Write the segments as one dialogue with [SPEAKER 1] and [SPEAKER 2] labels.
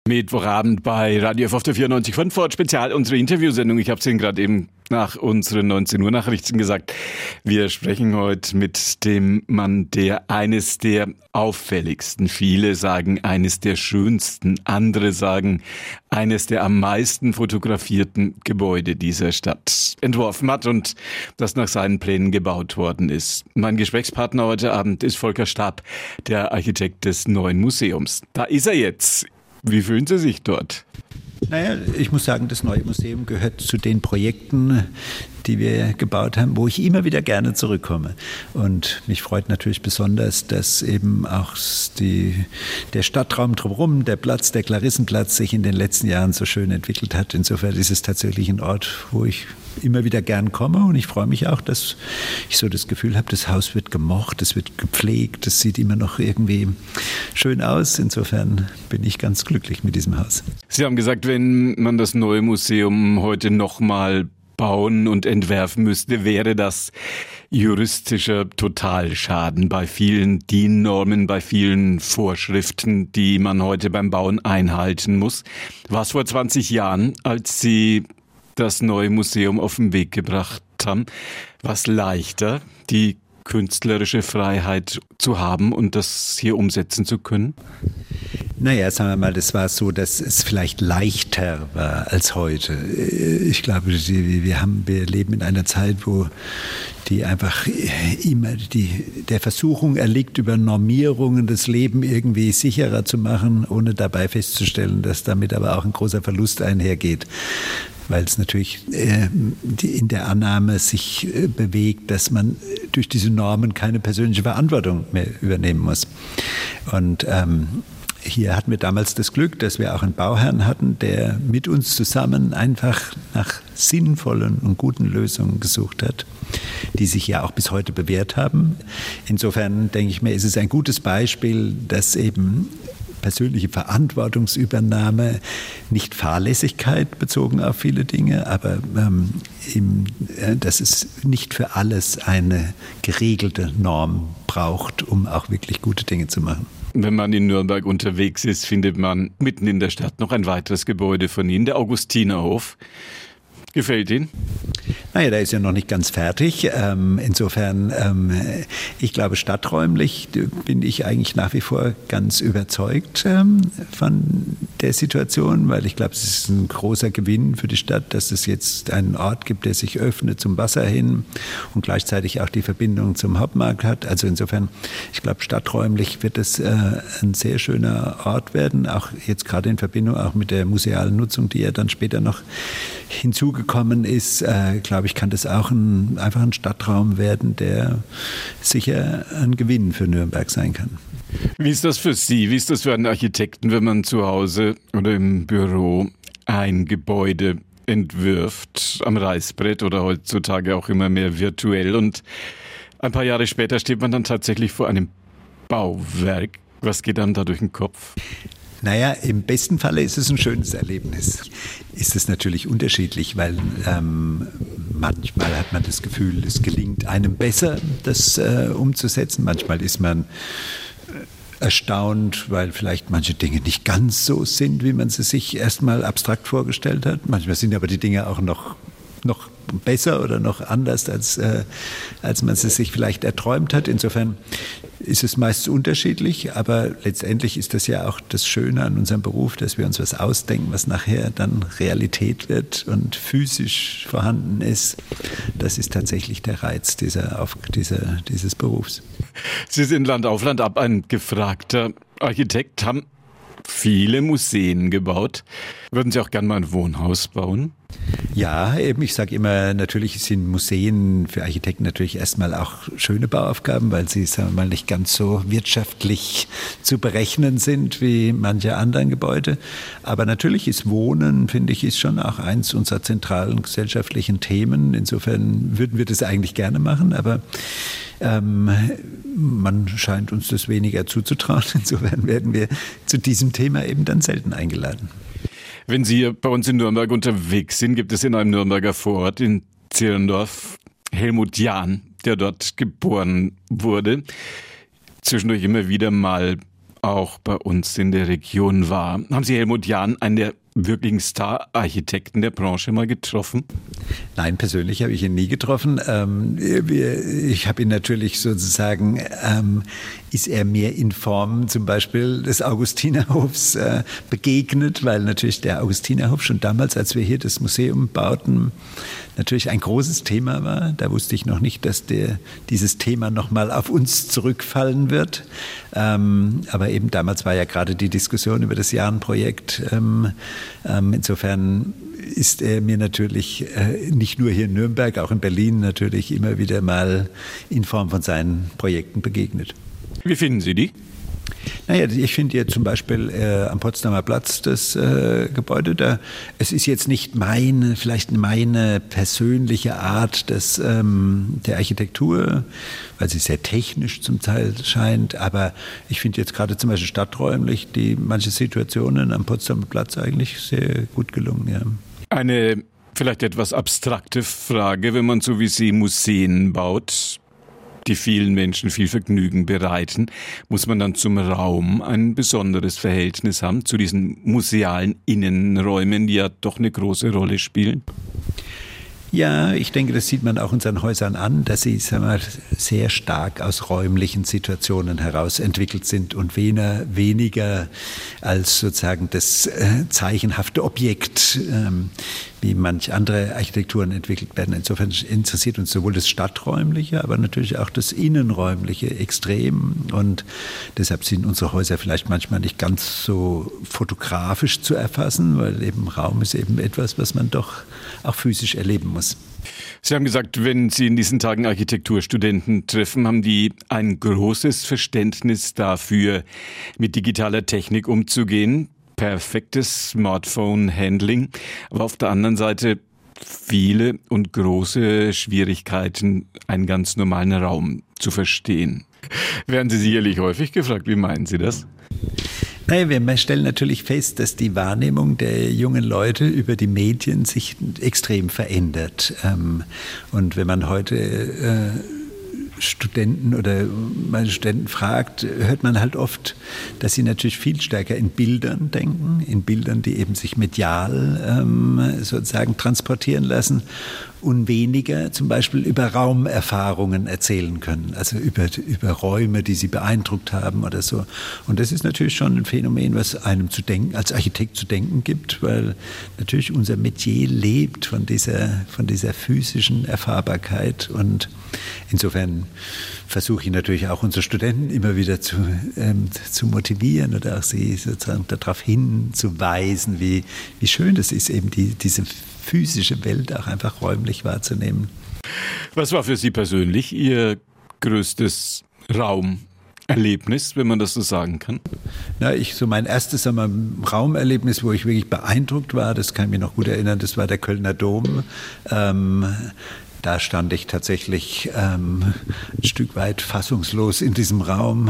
[SPEAKER 1] Mittwochabend bei Radio F auf der 94.5 Ford Spezial, unsere Interviewsendung. Ich habe es Ihnen gerade eben nach unseren 19 Uhr Nachrichten gesagt. Wir sprechen heute mit dem Mann, der eines der auffälligsten, viele sagen eines der schönsten, andere sagen eines der am meisten fotografierten Gebäude dieser Stadt entworfen hat und das nach seinen Plänen gebaut worden ist. Mein Gesprächspartner heute Abend ist Volker Stab, der Architekt des neuen Museums. Da ist er jetzt. Wie fühlen Sie sich dort?
[SPEAKER 2] Naja, ich muss sagen, das neue Museum gehört zu den Projekten, die wir gebaut haben, wo ich immer wieder gerne zurückkomme. Und mich freut natürlich besonders, dass eben auch der Stadtraum drumherum, der Platz, der Klarissenplatz, sich in den letzten Jahren so schön entwickelt hat. Insofern ist es tatsächlich ein Ort, wo ich immer wieder gern komme. Und ich freue mich auch, dass ich so das Gefühl habe, das Haus wird gemocht, es wird gepflegt, es sieht immer noch irgendwie schön aus. Insofern bin ich ganz glücklich mit diesem Haus.
[SPEAKER 1] Sie haben gesagt, wenn man das neue Museum heute nochmal bauen und entwerfen müsste, wäre das juristischer Totalschaden bei vielen DIN-Normen, bei vielen Vorschriften, die man heute beim Bauen einhalten muss. War es vor 20 Jahren, als Sie das neue Museum auf den Weg gebracht haben, war es leichter, die künstlerische Freiheit zu haben und das hier umsetzen zu können?
[SPEAKER 2] Naja, sagen wir mal, das war so, dass es vielleicht leichter war als heute. Ich glaube, wir leben in einer Zeit, wo die einfach immer der Versuchung erliegt, über Normierungen das Leben irgendwie sicherer zu machen, ohne dabei festzustellen, dass damit aber auch ein großer Verlust einhergeht. Weil es natürlich in der Annahme sich bewegt, dass man durch diese Normen keine persönliche Verantwortung mehr übernehmen muss. Und hier hatten wir damals das Glück, dass wir auch einen Bauherrn hatten, der mit uns zusammen einfach nach sinnvollen und guten Lösungen gesucht hat, die sich ja auch bis heute bewährt haben. Insofern denke ich mir, ist es ein gutes Beispiel, dass eben persönliche Verantwortungsübernahme, nicht Fahrlässigkeit bezogen auf viele Dinge, aber dass es nicht für alles eine geregelte Norm braucht, um auch wirklich gute Dinge zu machen.
[SPEAKER 1] Wenn man in Nürnberg unterwegs ist, findet man mitten in der Stadt noch ein weiteres Gebäude von Ihnen, der Augustinerhof. Gefällt Ihnen?
[SPEAKER 2] Naja, der ist ja noch nicht ganz fertig. Insofern, ich glaube, stadträumlich bin ich eigentlich nach wie vor ganz überzeugt von der Situation, weil ich glaube, es ist ein großer Gewinn für die Stadt, dass es jetzt einen Ort gibt, der sich öffnet zum Wasser hin und gleichzeitig auch die Verbindung zum Hauptmarkt hat. Also insofern, ich glaube, stadträumlich wird es ein sehr schöner Ort werden, auch jetzt gerade in Verbindung auch mit der musealen Nutzung, die ja dann später noch hinzugekommen ist, glaube ich, kann das auch einfach ein Stadtraum werden, der sicher ein Gewinn für Nürnberg sein kann.
[SPEAKER 1] Wie ist das für Sie? Wie ist das für einen Architekten, wenn man zu Hause oder im Büro ein Gebäude entwirft am Reißbrett oder heutzutage auch immer mehr virtuell und ein paar Jahre später steht man dann tatsächlich vor einem Bauwerk? Was geht dann da durch den Kopf?
[SPEAKER 2] Naja, im besten Falle ist es ein schönes Erlebnis. Ist es natürlich unterschiedlich, weil manchmal hat man das Gefühl, es gelingt einem besser, das umzusetzen. Manchmal ist man erstaunt, weil vielleicht manche Dinge nicht ganz so sind, wie man sie sich erstmal abstrakt vorgestellt hat. Manchmal sind aber die Dinge auch noch besser oder noch anders, als man es sich vielleicht erträumt hat. Insofern ist es meist unterschiedlich, aber letztendlich ist das ja auch das Schöne an unserem Beruf, dass wir uns was ausdenken, was nachher dann Realität wird und physisch vorhanden ist. Das ist tatsächlich der Reiz dieses Berufs.
[SPEAKER 1] Sie sind Land auf Land ab ein gefragter Architekt, haben viele Museen gebaut. Würden Sie auch gerne mal ein Wohnhaus bauen?
[SPEAKER 2] Ja, eben, ich sage immer, natürlich sind Museen für Architekten natürlich erstmal auch schöne Bauaufgaben, weil sie, sagen wir mal, nicht ganz so wirtschaftlich zu berechnen sind wie manche anderen Gebäude. Aber natürlich ist Wohnen, finde ich, ist schon auch eins unserer zentralen gesellschaftlichen Themen. Insofern würden wir das eigentlich gerne machen, aber man scheint uns das weniger zuzutrauen. Insofern werden wir zu diesem Thema eben dann selten eingeladen.
[SPEAKER 1] Wenn Sie bei uns in Nürnberg unterwegs sind, gibt es in einem Nürnberger Vorort in Zehlendorf Helmut Jahn, der dort geboren wurde. Zwischendurch immer wieder mal auch bei uns in der Region war. Haben Sie Helmut Jahn, einen der wirklichen Star-Architekten der Branche, mal getroffen?
[SPEAKER 2] Nein, persönlich habe ich ihn nie getroffen. Ich habe ihn natürlich sozusagen, ist er mir in Form zum Beispiel des Augustinerhofs begegnet, weil natürlich der Augustinerhof schon damals, als wir hier das Museum bauten, natürlich ein großes Thema war. Da wusste ich noch nicht, dass dieses Thema nochmal auf uns zurückfallen wird. Aber eben damals war ja gerade die Diskussion über das Jahn-Projekt. Insofern ist er mir natürlich nicht nur hier in Nürnberg, auch in Berlin natürlich immer wieder mal in Form von seinen Projekten begegnet.
[SPEAKER 1] Wie finden Sie die?
[SPEAKER 2] Naja, ich finde jetzt zum Beispiel am Potsdamer Platz das Gebäude, es ist jetzt nicht vielleicht meine persönliche Art der Architektur, weil sie sehr technisch zum Teil scheint, aber ich finde jetzt gerade zum Beispiel stadträumlich manche Situationen am Potsdamer Platz eigentlich sehr gut gelungen, ja.
[SPEAKER 1] Eine vielleicht etwas abstrakte Frage, wenn man so wie Sie Museen baut, die vielen Menschen viel Vergnügen bereiten, muss man dann zum Raum ein besonderes Verhältnis haben, zu diesen musealen Innenräumen, die ja doch eine große Rolle spielen?
[SPEAKER 2] Ja, ich denke, das sieht man auch unseren Häusern an, dass sie, sagen wir, sehr stark aus räumlichen Situationen heraus entwickelt sind und weniger als sozusagen das zeichenhafte Objekt, wie manch andere Architekturen entwickelt werden. Insofern interessiert uns sowohl das Stadträumliche, aber natürlich auch das Innenräumliche extrem. Und deshalb sind unsere Häuser vielleicht manchmal nicht ganz so fotografisch zu erfassen, weil eben Raum ist eben etwas, was man doch auch physisch erleben muss.
[SPEAKER 1] Sie haben gesagt, wenn Sie in diesen Tagen Architekturstudenten treffen, haben die ein großes Verständnis dafür, mit digitaler Technik umzugehen. Perfektes Smartphone-Handling, aber auf der anderen Seite viele und große Schwierigkeiten, einen ganz normalen Raum zu verstehen. Werden Sie sicherlich häufig gefragt, wie meinen Sie das?
[SPEAKER 2] Naja, wir stellen natürlich fest, dass die Wahrnehmung der jungen Leute über die Medien sich extrem verändert. Und wenn man heute Studenten oder meine Studenten fragt, hört man halt oft, dass sie natürlich viel stärker in Bildern denken, in Bildern, die eben sich medial sozusagen transportieren lassen und weniger zum Beispiel über Raumerfahrungen erzählen können, also über Räume, die sie beeindruckt haben oder so. Und das ist natürlich schon ein Phänomen, was einem zu denken, als Architekt zu denken gibt, weil natürlich unser Metier lebt von dieser physischen Erfahrbarkeit. Und insofern versuche ich natürlich auch unsere Studenten immer wieder zu motivieren oder auch sie sozusagen darauf hinzuweisen, wie schön das ist, eben diese physische Welt auch einfach räumlich wahrzunehmen.
[SPEAKER 1] Was war für Sie persönlich Ihr größtes Raumerlebnis, wenn man das so sagen kann?
[SPEAKER 2] Na, mein erstes Raumerlebnis, wo ich wirklich beeindruckt war, das kann ich mir noch gut erinnern, das war der Kölner Dom. Da stand ich tatsächlich ein Stück weit fassungslos in diesem Raum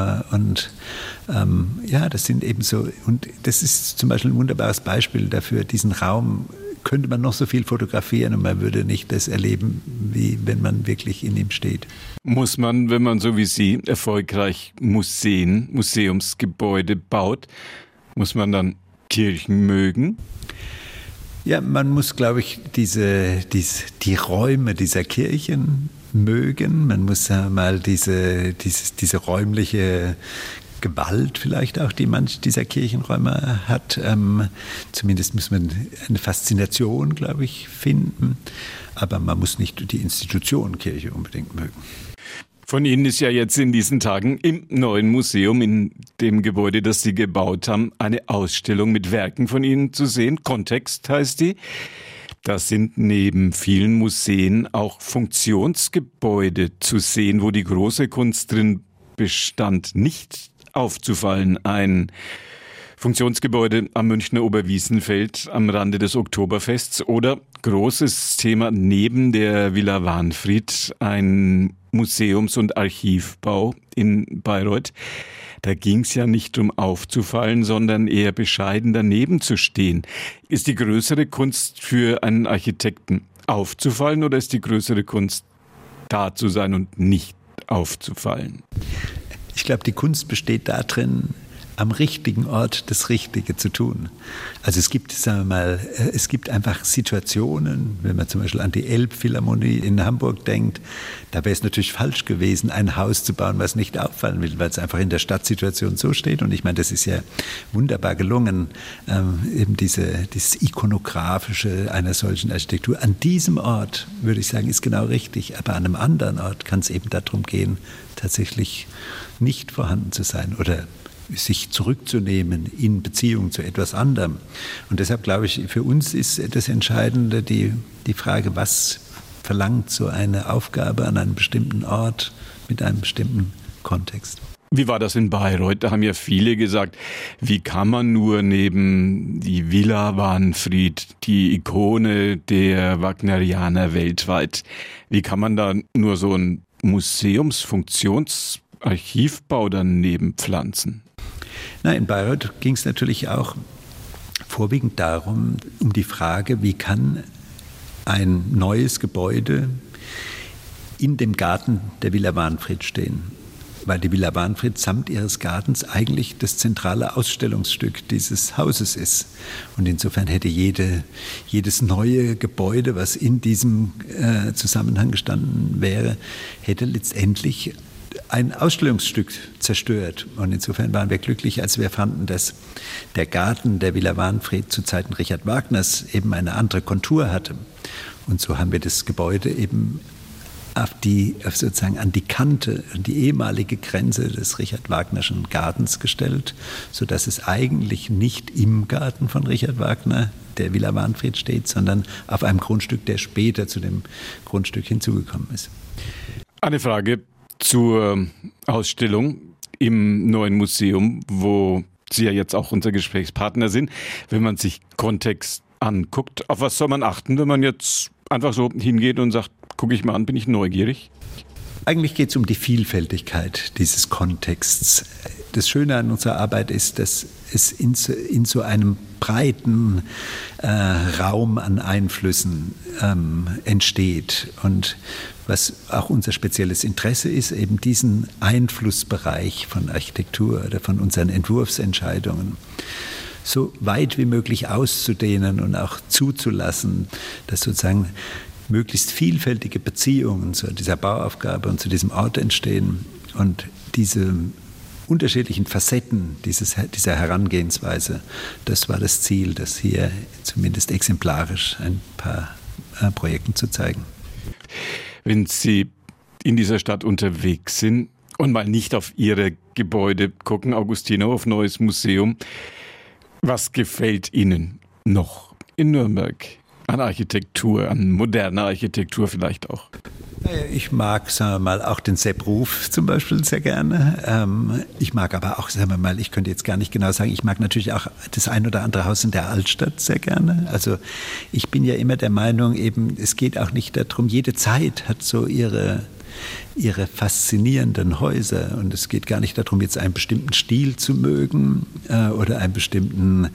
[SPEAKER 2] das sind eben so, und das ist zum Beispiel ein wunderbares Beispiel dafür, diesen Raum könnte man noch so viel fotografieren und man würde nicht das erleben, wie wenn man wirklich in ihm steht.
[SPEAKER 1] Muss man, wenn man so wie Sie erfolgreich Museumsgebäude baut, muss man dann Kirchen mögen?
[SPEAKER 2] Ja, man muss, glaube ich, die Räume dieser Kirchen mögen. Man muss mal diese räumliche Gewalt vielleicht auch, die manch dieser Kirchenräume hat. Zumindest muss man eine Faszination, glaube ich, finden. Aber man muss nicht die Institution Kirche unbedingt mögen.
[SPEAKER 1] Von Ihnen ist ja jetzt in diesen Tagen im neuen Museum, in dem Gebäude, das Sie gebaut haben, eine Ausstellung mit Werken von Ihnen zu sehen. Kontext heißt die. Das sind neben vielen Museen auch Funktionsgebäude zu sehen, wo die große Kunst drin bestand, nicht aufzufallen. Ein Funktionsgebäude am Münchner Oberwiesenfeld am Rande des Oktoberfests oder großes Thema neben der Villa Wahnfried, ein Museums- und Archivbau in Bayreuth. Da ging es ja nicht um aufzufallen, sondern eher bescheiden daneben zu stehen. Ist die größere Kunst für einen Architekten aufzufallen oder ist die größere Kunst da zu sein und nicht aufzufallen?
[SPEAKER 2] Ich glaube, die Kunst besteht darin, am richtigen Ort das Richtige zu tun. Also es gibt, sagen wir mal, es gibt einfach Situationen, wenn man zum Beispiel an die Elbphilharmonie in Hamburg denkt, da wäre es natürlich falsch gewesen, ein Haus zu bauen, was nicht auffallen will, weil es einfach in der Stadtsituation so steht. Und ich meine, das ist ja wunderbar gelungen, eben dieses Ikonografische einer solchen Architektur. An diesem Ort, würde ich sagen, ist genau richtig, aber an einem anderen Ort kann es eben darum gehen, tatsächlich nicht vorhanden zu sein oder sich zurückzunehmen in Beziehung zu etwas anderem. Und deshalb glaube ich, für uns ist das Entscheidende die Frage, was verlangt so eine Aufgabe an einem bestimmten Ort mit einem bestimmten Kontext.
[SPEAKER 1] Wie war das in Bayreuth? Da haben ja viele gesagt, wie kann man nur neben die Villa Wahnfried, die Ikone der Wagnerianer weltweit, wie kann man da nur so ein Museumsfunktionsarchivbau daneben pflanzen?
[SPEAKER 2] Na, in Bayreuth ging es natürlich auch vorwiegend darum, um die Frage, wie kann ein neues Gebäude in dem Garten der Villa Wahnfried stehen. Weil die Villa Wahnfried samt ihres Gartens eigentlich das zentrale Ausstellungsstück dieses Hauses ist. Und insofern hätte jedes neue Gebäude, was in diesem Zusammenhang gestanden wäre, hätte letztendlich ein Ausstellungsstück zerstört. Und insofern waren wir glücklich, als wir fanden, dass der Garten der Villa Wahnfried zu Zeiten Richard Wagners eben eine andere Kontur hatte. Und so haben wir das Gebäude eben sozusagen an die Kante, an die ehemalige Grenze des Richard Wagnerschen Gartens gestellt, sodass es eigentlich nicht im Garten von Richard Wagner, der Villa Wahnfried, steht, sondern auf einem Grundstück, der später zu dem Grundstück hinzugekommen ist.
[SPEAKER 1] Eine Frage zur Ausstellung im neuen Museum, wo Sie ja jetzt auch unser Gesprächspartner sind. Wenn man sich Kontext anguckt, auf was soll man achten, wenn man jetzt einfach so hingeht und sagt, gucke ich mal an, bin ich neugierig?
[SPEAKER 2] Eigentlich geht es um die Vielfältigkeit dieses Kontexts. Das Schöne an unserer Arbeit ist, dass es in so einem breiten Raum an Einflüssen entsteht. Und was auch unser spezielles Interesse ist, eben diesen Einflussbereich von Architektur oder von unseren Entwurfsentscheidungen so weit wie möglich auszudehnen und auch zuzulassen, dass sozusagen möglichst vielfältige Beziehungen zu dieser Bauaufgabe und zu diesem Ort entstehen und diese unterschiedlichen Facetten dieser Herangehensweise, das war das Ziel, das hier zumindest exemplarisch ein paar Projekten zu zeigen.
[SPEAKER 1] Wenn Sie in dieser Stadt unterwegs sind und mal nicht auf Ihre Gebäude gucken, Augustiner, auf Neues Museum, was gefällt Ihnen noch in Nürnberg an Architektur, an moderner Architektur vielleicht auch?
[SPEAKER 2] Ich mag, sagen wir mal, auch den Sepp Ruf zum Beispiel sehr gerne. Ich mag aber auch, sagen wir mal, ich könnte jetzt gar nicht genau sagen, ich mag natürlich auch das ein oder andere Haus in der Altstadt sehr gerne. Also ich bin ja immer der Meinung, eben, es geht auch nicht darum, jede Zeit hat so ihre faszinierenden Häuser. Und es geht gar nicht darum, jetzt einen bestimmten Stil zu mögen oder eine bestimmte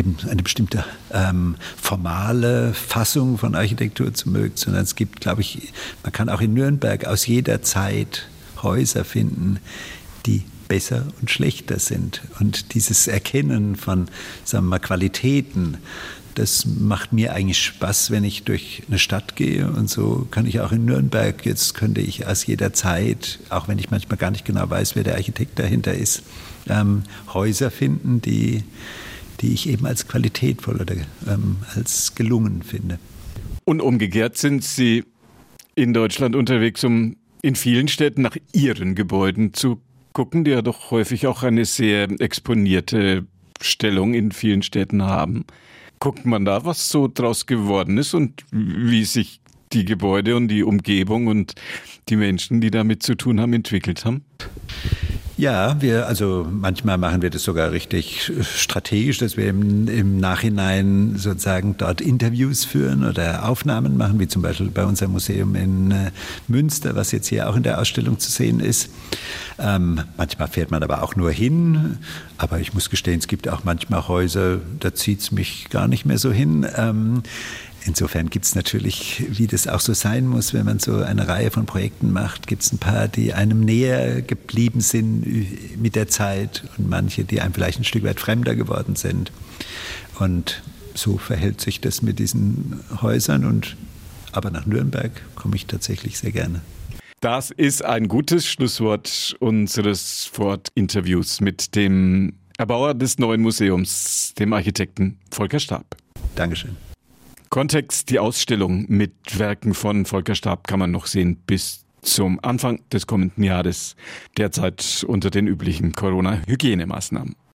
[SPEAKER 2] formale Fassung von Architektur zu mögen, sondern es gibt, glaube ich, man kann auch in Nürnberg aus jeder Zeit Häuser finden, die besser und schlechter sind. Und dieses Erkennen von, sagen wir mal, Qualitäten, das macht mir eigentlich Spaß, wenn ich durch eine Stadt gehe. Und so kann ich auch in Nürnberg, jetzt könnte ich aus jeder Zeit, auch wenn ich manchmal gar nicht genau weiß, wer der Architekt dahinter ist, Häuser finden, die ich eben als qualitätvoll oder als gelungen finde. Und
[SPEAKER 1] umgekehrt sind Sie in Deutschland unterwegs, um in vielen Städten nach Ihren Gebäuden zu gucken, die ja doch häufig auch eine sehr exponierte Stellung in vielen Städten haben. Guckt man da, was so draus geworden ist und wie sich die Gebäude und die Umgebung und die Menschen, die damit zu tun haben, entwickelt haben?
[SPEAKER 2] Ja, also manchmal machen wir das sogar richtig strategisch, dass wir im Nachhinein sozusagen dort Interviews führen oder Aufnahmen machen, wie zum Beispiel bei unserem Museum in Münster, was jetzt hier auch in der Ausstellung zu sehen ist. Manchmal fährt man aber auch nur hin, aber ich muss gestehen, es gibt auch manchmal Häuser, da zieht es mich gar nicht mehr so hin. insofern gibt es natürlich, wie das auch so sein muss, wenn man so eine Reihe von Projekten macht, gibt es ein paar, die einem näher geblieben sind mit der Zeit und manche, die einem vielleicht ein Stück weit fremder geworden sind. Und so verhält sich das mit diesen Häusern. Aber nach Nürnberg komme ich tatsächlich sehr gerne.
[SPEAKER 1] Das ist ein gutes Schlusswort unseres Ford-Interviews mit dem Erbauer des neuen Museums, dem Architekten Volker Staab.
[SPEAKER 2] Dankeschön.
[SPEAKER 1] Kontext, die Ausstellung mit Werken von Volker Staab kann man noch sehen bis zum Anfang des kommenden Jahres, derzeit unter den üblichen Corona-Hygienemaßnahmen.